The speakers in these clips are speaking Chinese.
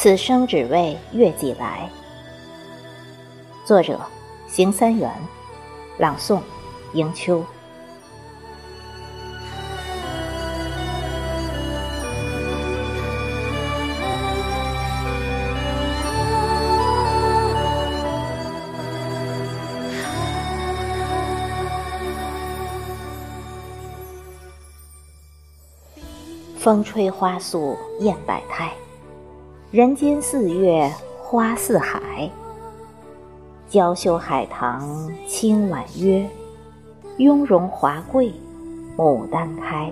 此生只为月季来。作者：邢三元，朗诵：迎秋。风吹花素燕百态，人间四月花似海。娇羞海棠清婉约，雍容华贵牡丹开。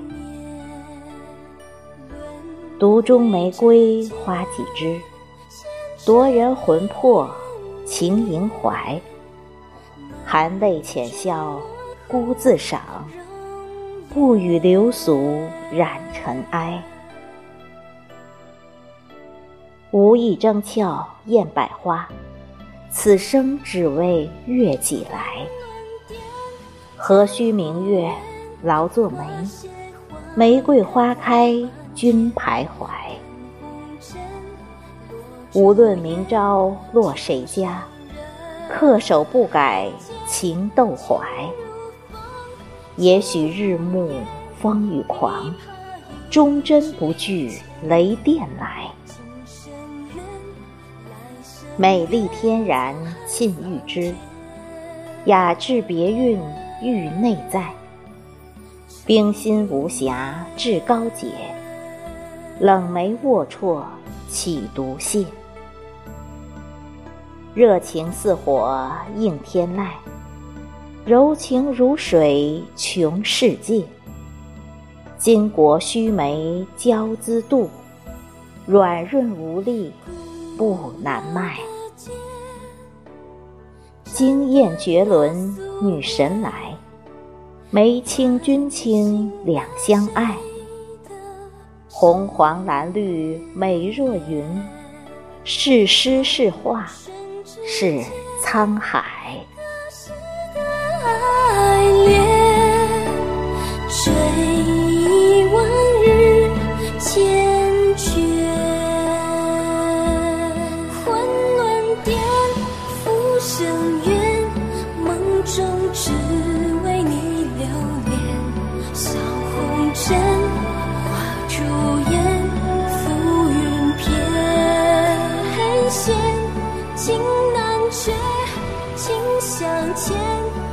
独钟玫瑰花几枝，夺人魂魄情萦怀。含泪浅笑孤自赏，不与流俗染尘埃。无意争俏艳百花，此生只为月季来。何须明月劳作眉，玫瑰花开君徘徊。无论明朝落谁家，恪守不改情窦怀。也许日暮风雨狂，忠贞不惧雷电来。美丽天然沁玉枝，雅致别韵寓内在。冰心无瑕至高洁，冷眉龌龊岂独谢。热情似火映天籁，柔情如水穷世界。巾帼须眉娇姿度，软润无力不难迈。惊艳绝伦女神来，眉清君清两相爱。红黄蓝绿美若云，是诗是画是沧海。 追望日千卷，魂轮颠浮生缘，梦中只为你留恋。笑红尘花烛颜，浮云翩跹，情难绝，情相牵。